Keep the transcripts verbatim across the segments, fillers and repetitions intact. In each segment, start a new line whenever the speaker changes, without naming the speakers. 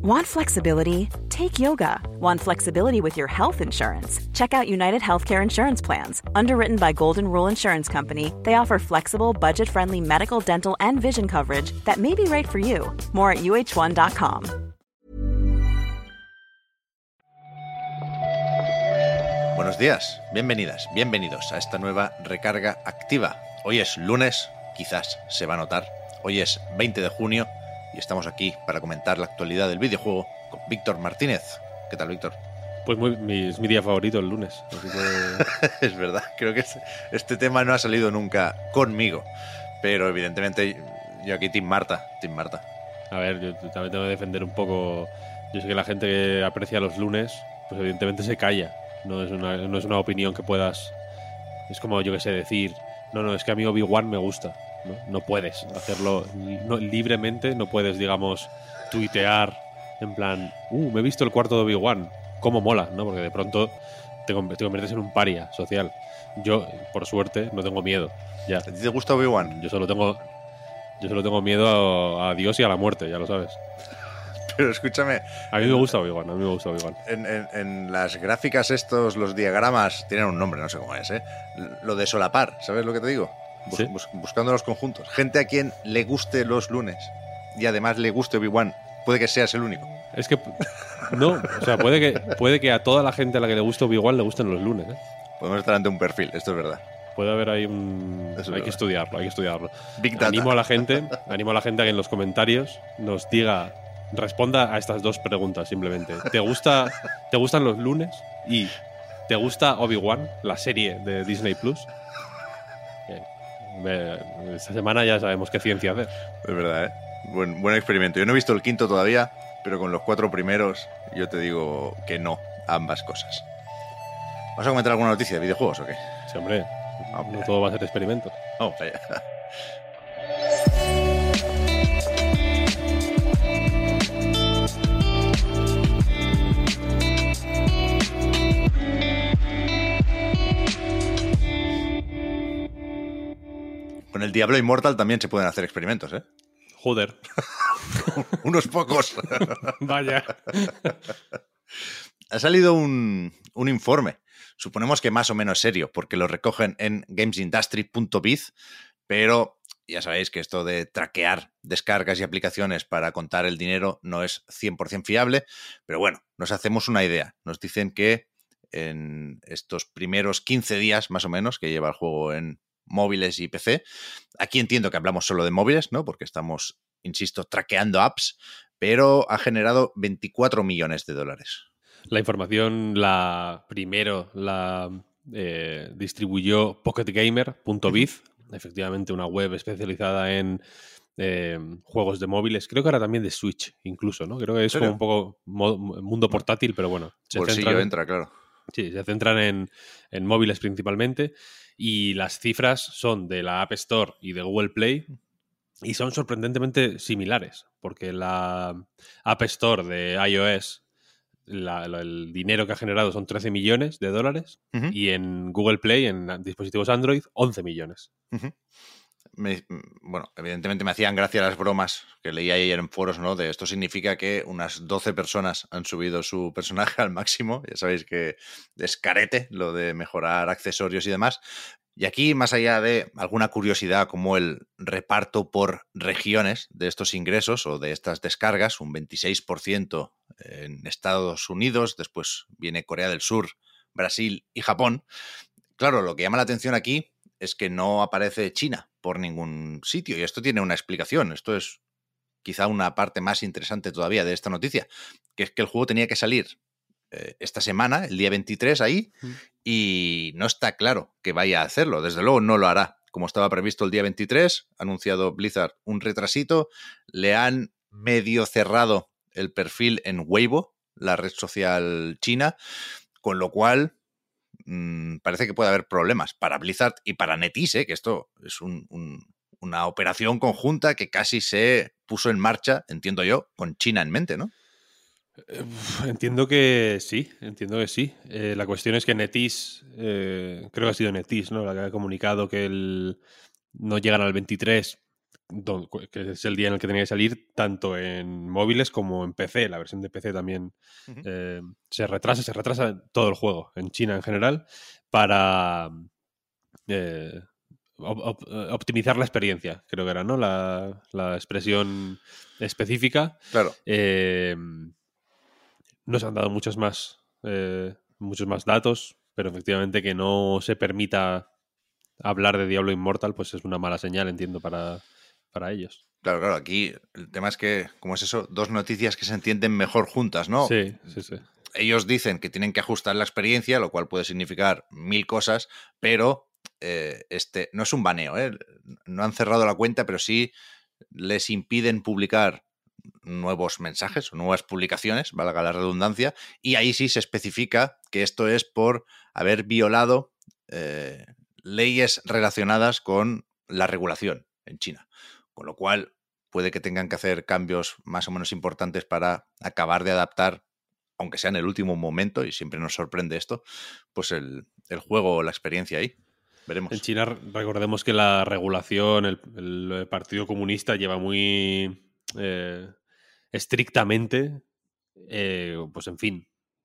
Want flexibility? Take yoga. Want flexibility with your health insurance? Check out United Healthcare Insurance Plans. Underwritten by Golden Rule Insurance Company, they offer flexible, budget-friendly medical, dental, and vision coverage that may be right for you. More at U H one dot com.
Buenos días, bienvenidas, bienvenidos a esta nueva recarga activa. Hoy es lunes, quizás se va a notar. Hoy es veinte de junio y estamos aquí para comentar la actualidad del videojuego con Víctor Martínez. ¿Qué tal, Víctor?
Pues muy, mi, es mi día favorito el lunes. Así que...
Es verdad, creo que este, este tema no ha salido nunca conmigo, pero evidentemente yo aquí Team Marta, Team Marta.
A ver, yo también tengo que defender un poco. Yo sé que la gente que aprecia los lunes, pues evidentemente se calla. No es una, no es una opinión que puedas... Es como, yo qué sé, decir, no, no, es que a mí Obi-Wan me gusta. No, no puedes hacerlo no, libremente, no puedes, digamos, tuitear en plan, uh, me he visto el cuarto de Obi-Wan, cómo mola, ¿no? Porque de pronto te, te conviertes en un paria social. Yo, por suerte, no tengo miedo. Ya.
¿A ti te gusta Obi-Wan?
Yo solo tengo, yo solo tengo miedo a, a Dios y a la muerte, ya lo sabes.
Pero escúchame.
A mí me gusta Obi-Wan, a mí me gusta Obi-Wan.
En, en, en las gráficas estos, los diagramas, tienen un nombre, no sé cómo es, ¿eh? Lo de solapar, ¿sabes lo que te digo? Bus,
¿Sí?
bus, buscando los conjuntos. Gente a quien le guste los lunes y además le guste Obi-Wan. Puede que seas el único.
Es que, no, o sea, puede que, puede que a toda la gente a la que le guste Obi-Wan le gusten los lunes, ¿eh?
Podemos estar ante un perfil, esto es verdad.
Puede haber ahí un...
Eso es
hay
verdad.
que estudiarlo, hay que estudiarlo.
Big data.
Animo a la gente, animo a la gente a que en los comentarios nos diga, responda a estas dos preguntas simplemente. ¿Te gusta, te gustan los lunes? Y ¿te gusta Obi-Wan, la serie de Disney Plus? Esta semana ya sabemos qué ciencia hacer.
Es verdad, ¿eh? Buen, buen experimento. Yo no he visto el quinto todavía, pero con los cuatro primeros yo te digo que no a ambas cosas. ¿Vas a comentar alguna noticia de videojuegos o qué?
Sí, hombre,
Oh,
no
mira.
todo va a ser experimentos.
Oh, vaya. Con el Diablo Immortal también se pueden hacer experimentos, ¿eh?
Joder.
Unos pocos.
Vaya.
Ha salido un, un informe, suponemos que más o menos serio, porque lo recogen en gamesindustry punto biz, pero ya sabéis que esto de traquear descargas y aplicaciones para contar el dinero no es cien por ciento fiable, pero bueno, nos hacemos una idea. Nos dicen que en estos primeros quince días, más o menos, que lleva el juego en móviles y P C, aquí entiendo que hablamos solo de móviles, ¿no? Porque estamos, insisto, traqueando apps, pero ha generado veinticuatro millones de dólares.
La información, la primero la eh, distribuyó pocket gamer punto biz, efectivamente una web especializada en eh, juegos de móviles, creo que ahora también de Switch incluso, ¿no? Creo que es como un poco mo- mundo portátil, pero bueno. Se
Bolsillo
centran,
entra, claro.
sí, se centran en, en móviles principalmente y las cifras son de la App Store y de Google Play y son sorprendentemente similares, porque la App Store de iOS... La, la, el dinero que ha generado son trece millones de dólares
Uh-huh.
y en Google Play, en dispositivos Android, once millones.
Uh-huh. Me, bueno, evidentemente me hacían gracia las bromas que leía ayer en foros, ¿no? De esto significa que unas doce personas han subido su personaje al máximo. Ya sabéis que es carete lo de mejorar accesorios y demás. Y aquí, más allá de alguna curiosidad como el reparto por regiones de estos ingresos o de estas descargas, un veintiséis por ciento en Estados Unidos, después viene Corea del Sur, Brasil y Japón. Claro, lo que llama la atención aquí es que no aparece China por ningún sitio y esto tiene una explicación. Esto es quizá una parte más interesante todavía de esta noticia, que es que el juego tenía que salir eh, esta semana, el día veintitrés ahí, mm. y no está claro que vaya a hacerlo. Desde luego no lo hará como estaba previsto el día veintitrés. Ha anunciado Blizzard un retrasito. Le han medio cerrado el perfil en Weibo, la red social china, con lo cual mmm, parece que puede haber problemas para Blizzard y para NetEase, ¿eh? Que esto es un, un, una operación conjunta que casi se puso en marcha, entiendo yo, con China en mente, ¿no?
Entiendo que sí, entiendo que sí. Eh, la cuestión es que NetEase, eh, creo que ha sido NetEase, ¿no? La que ha comunicado que el, no llegan al veintitrés, que es el día en el que tenía que salir, tanto en móviles como en P C. La versión de P C también uh-huh. eh, se retrasa, se retrasa todo el juego, en China en general, para eh, op- op- optimizar la experiencia, creo que era, ¿no? La, la expresión específica.
Claro.
Eh, nos han dado muchos más, eh, muchos más datos, pero efectivamente que no se permita hablar de Diablo Immortal, pues es una mala señal, entiendo, para, para ellos.
Claro, claro, aquí el tema es que, ¿cómo es eso? Dos noticias que se entienden mejor juntas, ¿no?
Sí, sí, sí.
Ellos dicen que tienen que ajustar la experiencia, lo cual puede significar mil cosas, pero eh, este no es un baneo, ¿eh? No han cerrado la cuenta, pero sí les impiden publicar nuevos mensajes o nuevas publicaciones, valga la redundancia, y ahí sí se especifica que esto es por haber violado eh, leyes relacionadas con la regulación en China. Con lo cual puede que tengan que hacer cambios más o menos importantes para acabar de adaptar, aunque sea en el último momento, y siempre nos sorprende esto, pues el, el juego o la experiencia ahí. Veremos.
En China, recordemos que la regulación, el, el Partido Comunista lleva muy eh, estrictamente, eh, pues en fin,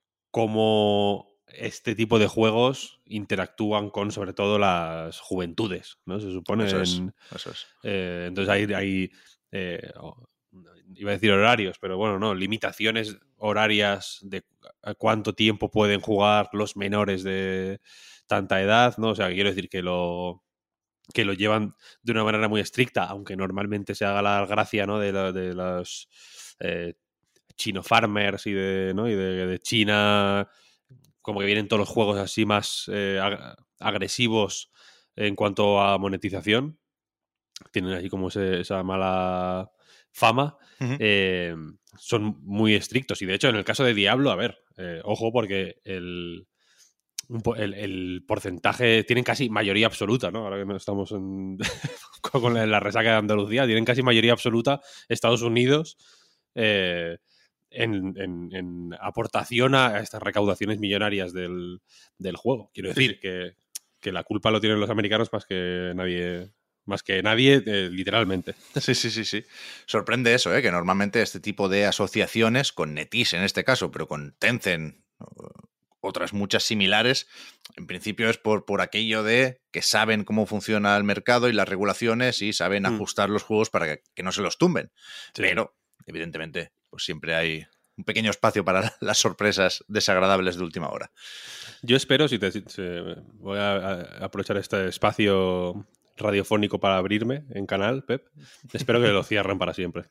cómo este tipo de juegos interactúan con, sobre todo, las juventudes, ¿no? Se supone.
Eso es,
en,
eso es.
Eh, entonces hay, hay eh, iba a decir horarios, pero bueno, no, limitaciones horarias de cuánto tiempo pueden jugar los menores de tanta edad, ¿no? O sea, quiero decir que lo que lo llevan de una manera muy estricta, aunque normalmente se haga la gracia, ¿no? de, la, de los eh, chino farmers y de, ¿no? y de, de China, como que vienen todos los juegos así más eh, ag- agresivos en cuanto a monetización. Tienen así como ese, esa mala fama. Uh-huh. Eh, son muy estrictos. Y de hecho, en el caso de Diablo, a ver, eh, ojo, porque el, el, el porcentaje, tienen casi mayoría absoluta, ¿no? Ahora que no estamos en, con la, la resaca de Andalucía, tienen casi mayoría absoluta Estados Unidos eh, en, en, en aportación a estas recaudaciones millonarias del, del juego. Quiero decir sí. que, que la culpa lo tienen los americanos más que nadie... Más que nadie, eh, literalmente.
Sí, sí, sí, sí. Sorprende eso, ¿eh? Que normalmente este tipo de asociaciones, con NetEase en este caso, pero con Tencent, otras muchas similares, en principio es por, por aquello de que saben cómo funciona el mercado y las regulaciones y saben mm. ajustar los juegos para que, que no se los tumben. Sí. Pero, evidentemente, pues siempre hay un pequeño espacio para las sorpresas desagradables de última hora.
Yo espero, si te, si, voy a, a aprovechar este espacio radiofónico para abrirme en canal, Pep. Espero que lo cierren para siempre.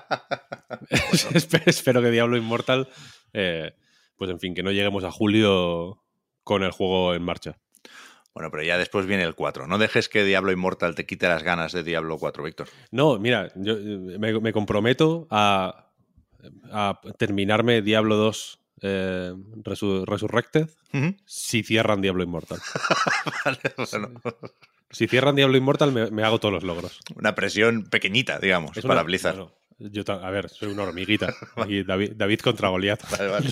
espero, espero que Diablo Immortal, eh, pues en fin, que no lleguemos a julio con el juego en marcha.
Bueno, pero ya después viene el cuatro. No dejes que Diablo Immortal te quite las ganas de Diablo cuatro, Víctor.
No, mira, yo me, me comprometo a, a terminarme Diablo dos eh, Resur- Resurrected uh-huh. si cierran Diablo Immortal.
Vale, bueno...
Si cierran Diablo Immortal, me, me hago todos los logros.
Una presión pequeñita, digamos, es para una, Blizzard.
Bueno, yo, a ver, soy una hormiguita. Aquí David, David contra Goliat.
Vale, vale.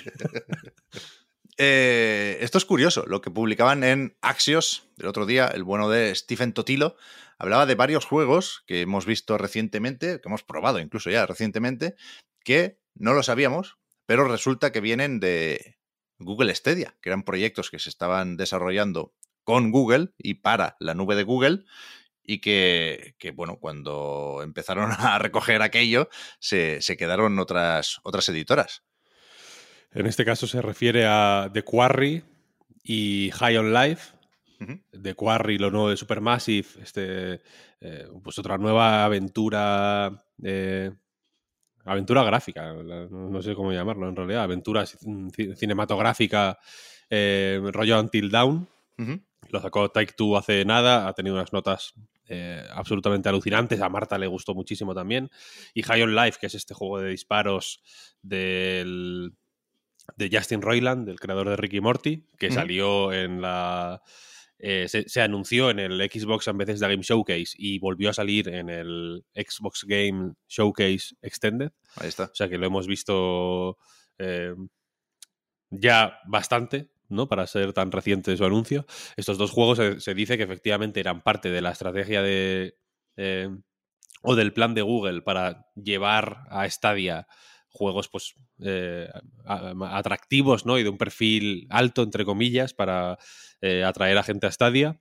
eh, esto es curioso. Lo que publicaban en Axios el otro día, el bueno de Stephen Totilo, hablaba de varios juegos que hemos visto recientemente, que hemos probado incluso ya recientemente, que no lo sabíamos, pero resulta que vienen de Google Stadia, que eran proyectos que se estaban desarrollando con Google y para la nube de Google y que, que bueno, cuando empezaron a recoger aquello se, se quedaron otras, otras editoras.
En este caso se refiere a The Quarry y High on Life. Uh-huh. The Quarry, lo nuevo de Supermassive, este, eh, pues otra nueva aventura... Eh, aventura gráfica, no sé cómo llamarlo en realidad, aventura cinematográfica eh, rollo Until Dawn. Uh-huh. Lo sacó Take-Two hace nada, ha tenido unas notas eh, absolutamente alucinantes, a Marta le gustó muchísimo también. Y High on Life, que es este juego de disparos del, de Justin Roiland, del creador de Rick y Morty, que uh-huh. salió en la... Eh, se, se anunció en el Xbox and Bethesda Game Showcase y volvió a salir en el Xbox Game Showcase Extended.
Ahí está.
O sea que lo hemos visto eh, ya bastante, ¿no? Para ser tan reciente su anuncio. Estos dos juegos se, se dice que efectivamente eran parte de la estrategia de, eh, o del plan de Google para llevar a Stadia juegos pues eh, atractivos, ¿no? Y de un perfil alto, entre comillas, para eh, atraer a gente a Stadia.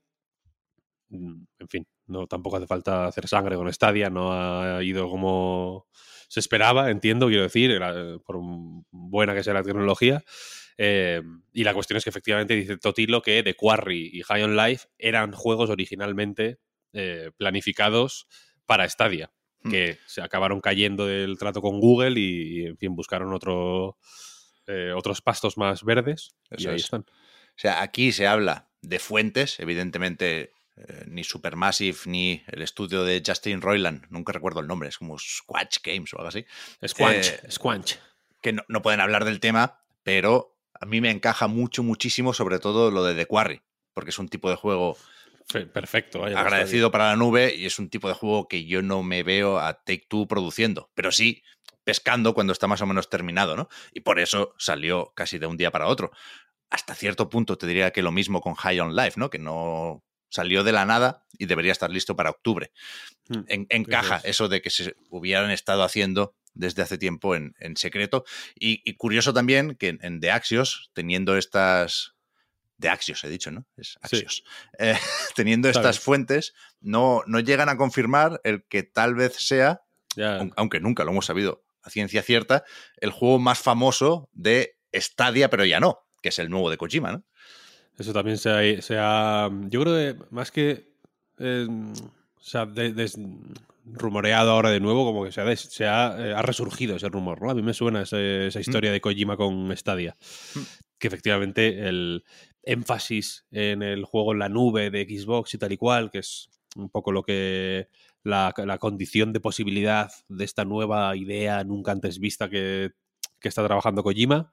En fin, no tampoco hace falta hacer sangre con Stadia, no ha ido como se esperaba, entiendo, quiero decir, era, por buena que sea la tecnología. Eh, y la cuestión es que efectivamente dice Totilo que The Quarry y High on Life eran juegos originalmente eh, planificados para Stadia, hmm. que se acabaron cayendo del trato con Google y, y en fin, buscaron otro, eh, otros pastos más verdes. Eso y ahí es. están.
O sea, aquí se habla de fuentes, evidentemente eh, ni Supermassive ni el estudio de Justin Roiland, nunca recuerdo el nombre, es como Squanch Games o algo así.
Squanch, eh, Squanch.
Que no, no pueden hablar del tema, pero a mí me encaja mucho, muchísimo, sobre todo lo de The Quarry, porque es un tipo de juego
perfecto, vaya,
agradecido para la nube y es un tipo de juego que yo no me veo a Take-Two produciendo, pero sí pescando cuando está más o menos terminado, ¿no? Y por eso salió casi de un día para otro. Hasta cierto punto te diría que lo mismo con High on Life, ¿no? Que no salió de la nada y debería estar listo para octubre. Hmm, en, encaja eso, eso de que se hubieran estado haciendo desde hace tiempo en, en secreto. Y, y curioso también que en, en The Axios, teniendo estas... De Axios, he dicho, ¿no? Es Axios. Sí. Eh, teniendo estas ¿Sabes? fuentes, no, no llegan a confirmar el que tal vez sea, yeah. aunque nunca lo hemos sabido a ciencia cierta, el juego más famoso de Stadia, pero ya no, que es el nuevo de Kojima, ¿no?
Eso también se ha... Se ha yo creo que más que... Eh, se ha de, de, rumoreado ahora de nuevo, como que se ha, des, se ha, eh, ha resurgido ese rumor, ¿no? A mí me suena ese, esa historia mm. de Kojima con Stadia. Mm. Que efectivamente el énfasis en el juego en la nube de Xbox y tal y cual, que es un poco lo que la, la condición de posibilidad de esta nueva idea nunca antes vista que, que está trabajando Kojima,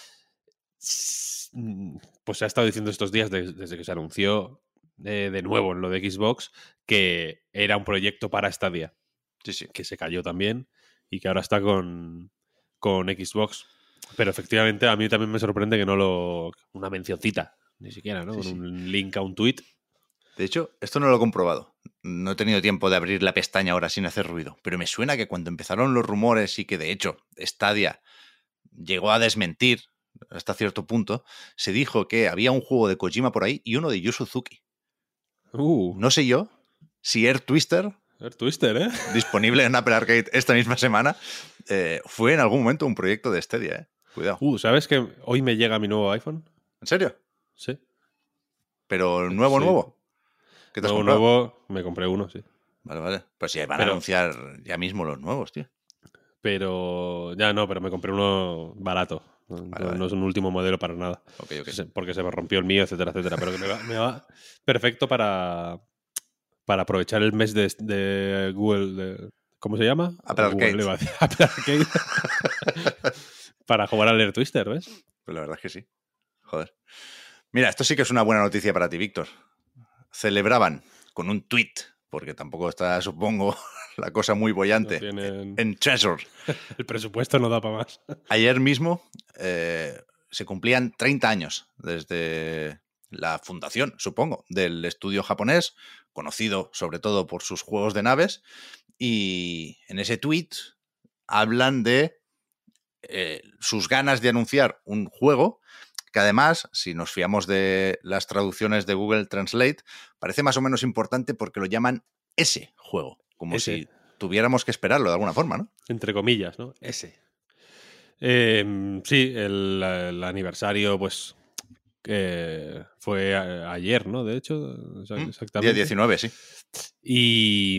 pues se ha estado diciendo estos días de, desde que se anunció eh, de nuevo en lo de Xbox que era un proyecto para Stadia,
sí, sí.
que se cayó también y que ahora está con, con Xbox. Pero efectivamente a mí también me sorprende que no lo... Una mencioncita, ni siquiera, ¿no? Sí, Con sí. un link a un tweet.
De hecho, esto no lo he comprobado. No he tenido tiempo de abrir la pestaña ahora sin hacer ruido. Pero me suena que cuando empezaron los rumores y que, de hecho, Stadia llegó a desmentir hasta cierto punto, se dijo que había un juego de Kojima por ahí y uno de Yu Suzuki.
Uh.
No sé yo si Air Twister...
Air Twister, ¿eh?
Disponible en Apple Arcade esta misma semana, eh, fue en algún momento un proyecto de Stadia, ¿eh? Cuidado.
Uh, ¿sabes que hoy me llega mi nuevo iPhone?
¿En serio?
Sí.
¿Pero nuevo,
sí.
nuevo? ¿Qué te has
nuevo,
comprado?
Nuevo, me compré uno, sí.
Vale, vale. Pues sí, van
pero,
a anunciar ya mismo los nuevos, tío.
Pero, ya no, pero me compré uno barato. Vale, no, vale. no es un último modelo para nada.
Okay, okay.
Porque se me rompió el mío, etcétera, etcétera. Pero que me va, me va perfecto para, para aprovechar el mes de, de Google... De, ¿cómo se llama?
Apple Arcade.
Apple Arcade. Para jugar al Air Twister, ¿ves?
Pues la verdad es que sí. Joder. Mira, esto sí que es una buena noticia para ti, Víctor. Celebraban con un tweet, porque tampoco está, supongo, la cosa muy bollante,
no tienen...
en Treasure.
El presupuesto no da para más.
Ayer mismo eh, se cumplían treinta años desde la fundación, supongo, del estudio japonés, conocido sobre todo por sus juegos de naves, y en ese tweet hablan de eh, sus ganas de anunciar un juego que además, si nos fiamos de las traducciones de Google Translate, parece más o menos importante porque lo llaman ese juego, como ese. Si tuviéramos que esperarlo de alguna forma, ¿no?
Entre comillas, ¿no? Ese. Eh, sí, el, el aniversario, pues, eh, fue a, ayer, ¿no? De hecho, exactamente.
Día diecinueve, sí.
Y...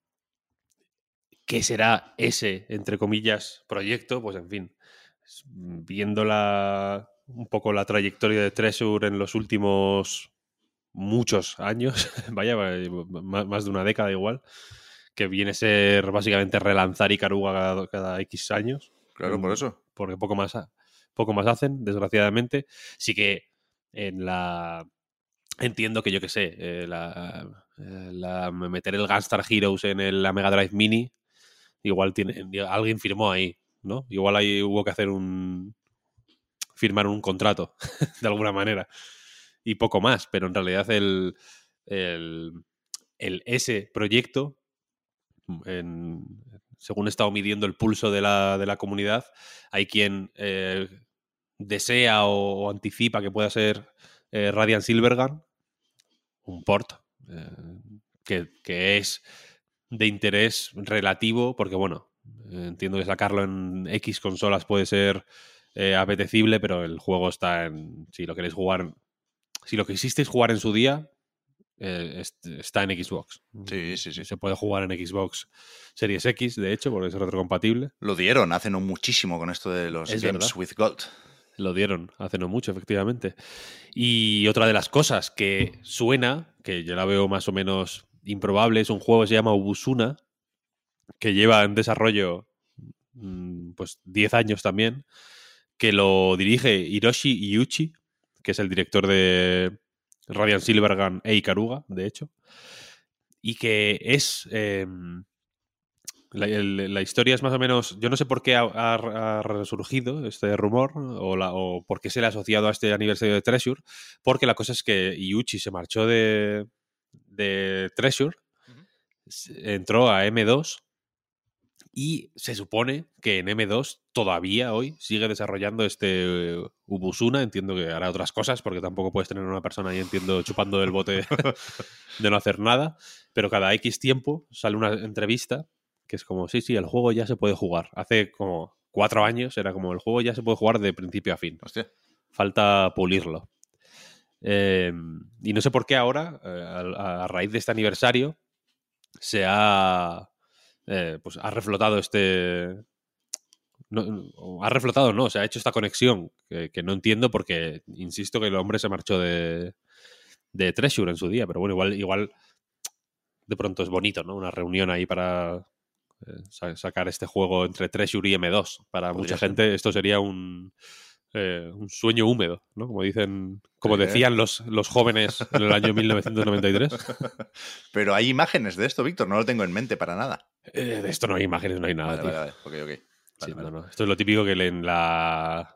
¿qué será ese, entre comillas, proyecto? Pues, en fin, viendo la... un poco la trayectoria de Treasure en los últimos muchos años, vaya, más de una década igual, que viene a ser básicamente relanzar Ikaruga cada, cada X años.
Claro, por eso.
Porque poco más, poco más hacen, desgraciadamente. Sí que en la... entiendo que yo qué sé, eh, la, la, meter el Gunstar Heroes en el, la Mega Drive Mini, igual tiene, alguien firmó ahí, ¿no? Igual ahí hubo que hacer un... firmar un contrato, de alguna manera. Y poco más, pero en realidad el, el, el ese proyecto en, según he estado midiendo el pulso de la, de la comunidad, hay quien eh, desea o, o anticipa que pueda ser eh, Radiant Silvergun, un port eh, que, que es de interés relativo, porque bueno, eh, entiendo que sacarlo en X consolas puede ser eh, apetecible, pero el juego está en... Si lo queréis jugar... Si lo que hicisteis jugar en su día, eh, está en Xbox.
Sí, sí, sí.
Se puede jugar en Xbox Series X, de hecho, porque es retrocompatible.
Lo dieron hace no muchísimo con esto de los
Es
Games
verdad.
with Gold.
Lo dieron hace no mucho, efectivamente. Y otra de las cosas que suena, que yo la veo más o menos improbable, es un juego que se llama Ubusuna, que lleva en desarrollo pues diez años también, que lo dirige Hiroshi Iuchi, que es el director de Radiant Silvergun e Ikaruga, de hecho, y que es... Eh, la, el, la historia es más o menos... Yo no sé por qué ha, ha, ha resurgido este rumor o, la, o por qué se le ha asociado a este aniversario de Treasure, porque la cosa es que Iuchi se marchó de, de Treasure, uh-huh. entró a eme dos y se supone que en eme dos todavía hoy sigue desarrollando este Ubusuna. Entiendo que hará otras cosas porque tampoco puedes tener una persona ahí, entiendo, chupando del bote de no hacer nada, pero cada X tiempo sale una entrevista que es como, sí, sí, el juego ya se puede jugar. Hace como cuatro años era como, el juego ya se puede jugar de principio a fin.
Hostia.
Falta pulirlo. Eh, y no sé por qué ahora, eh, a, a raíz de este aniversario, se ha... Eh, pues ha reflotado este... No, ha reflotado, no, se ha hecho esta conexión que, que no entiendo porque, insisto, que el hombre se marchó de, de Treasure en su día, pero bueno, igual, igual de pronto es bonito, ¿no? Una reunión ahí para eh, sacar este juego entre Treasure y eme dos. Para Podría mucha ser. gente esto sería un, eh, un sueño húmedo, ¿no? Como dicen, como ¿Sí, decían eh? los, los jóvenes en el año mil novecientos noventa y tres.
Pero hay imágenes de esto, Víctor, no lo tengo en mente para nada.
Eh, de esto no hay imágenes, no hay nada,
vale,
tío.
Vale, vale, ok, ok. Vale,
sí,
vale.
No, no. Esto es lo típico que en la...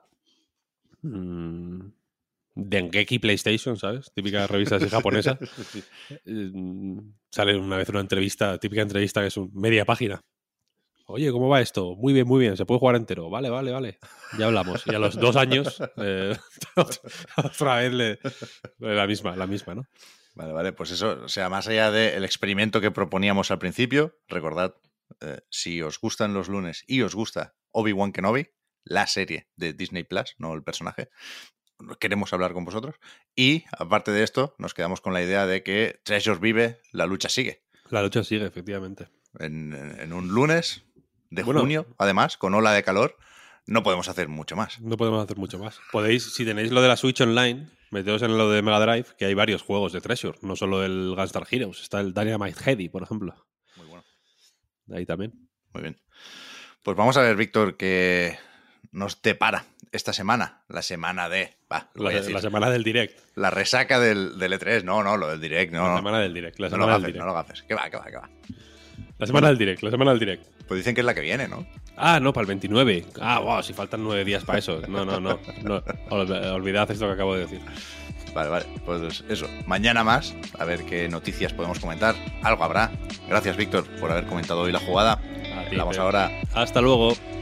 Mmm, Dengeki PlayStation, ¿sabes? Típica revista así japonesa. sí. eh, sale una vez una entrevista, típica entrevista que es un, media página. Oye, ¿cómo va esto? Muy bien, muy bien. Se puede jugar entero. Vale, vale, vale. Ya hablamos. Y a los dos años, eh, otra vez le, la misma, la misma, ¿no?
Vale, vale. Pues eso, o sea, más allá del experimento que proponíamos al principio, recordad, eh, si os gustan los lunes y os gusta Obi-Wan Kenobi, la serie de Disney Plus, no el personaje, queremos hablar con vosotros. Y, aparte de esto, nos quedamos con la idea de que Treasure vive, la lucha sigue.
La lucha sigue, efectivamente.
En, en un lunes de
bueno,
junio, además, con ola de calor, no podemos hacer mucho más.
No podemos hacer mucho más. Podéis, si tenéis lo de la Switch Online, meteos en lo de Mega Drive, que hay varios juegos de Treasure, no solo el Gunstar Heroes, está el Dynamite Headdy, por ejemplo.
Muy bueno.
Ahí también.
Muy bien. Pues vamos a ver, Víctor, que nos depara esta semana, la semana de... Va,
la, la semana del Direct.
La resaca del, del E tres, no, no, lo del Direct, no.
La
no.
semana del Direct. La
no
semana
lo
del
gafes,
direct.
no lo gafes. Que va, que va, que va.
La semana bueno, del Direct, la semana del Direct.
Pues dicen que es la que viene, ¿no?
Ah, no, para el veintinueve. Ah, wow, si faltan nueve días para eso. No, no, no. no. Olvidad esto que acabo de decir.
Vale, vale. Pues eso. Mañana más, a ver qué noticias podemos comentar. Algo habrá. Gracias, Víctor, por haber comentado hoy la jugada.
A ti,
Hablamos
pero...
ahora.
Hasta luego.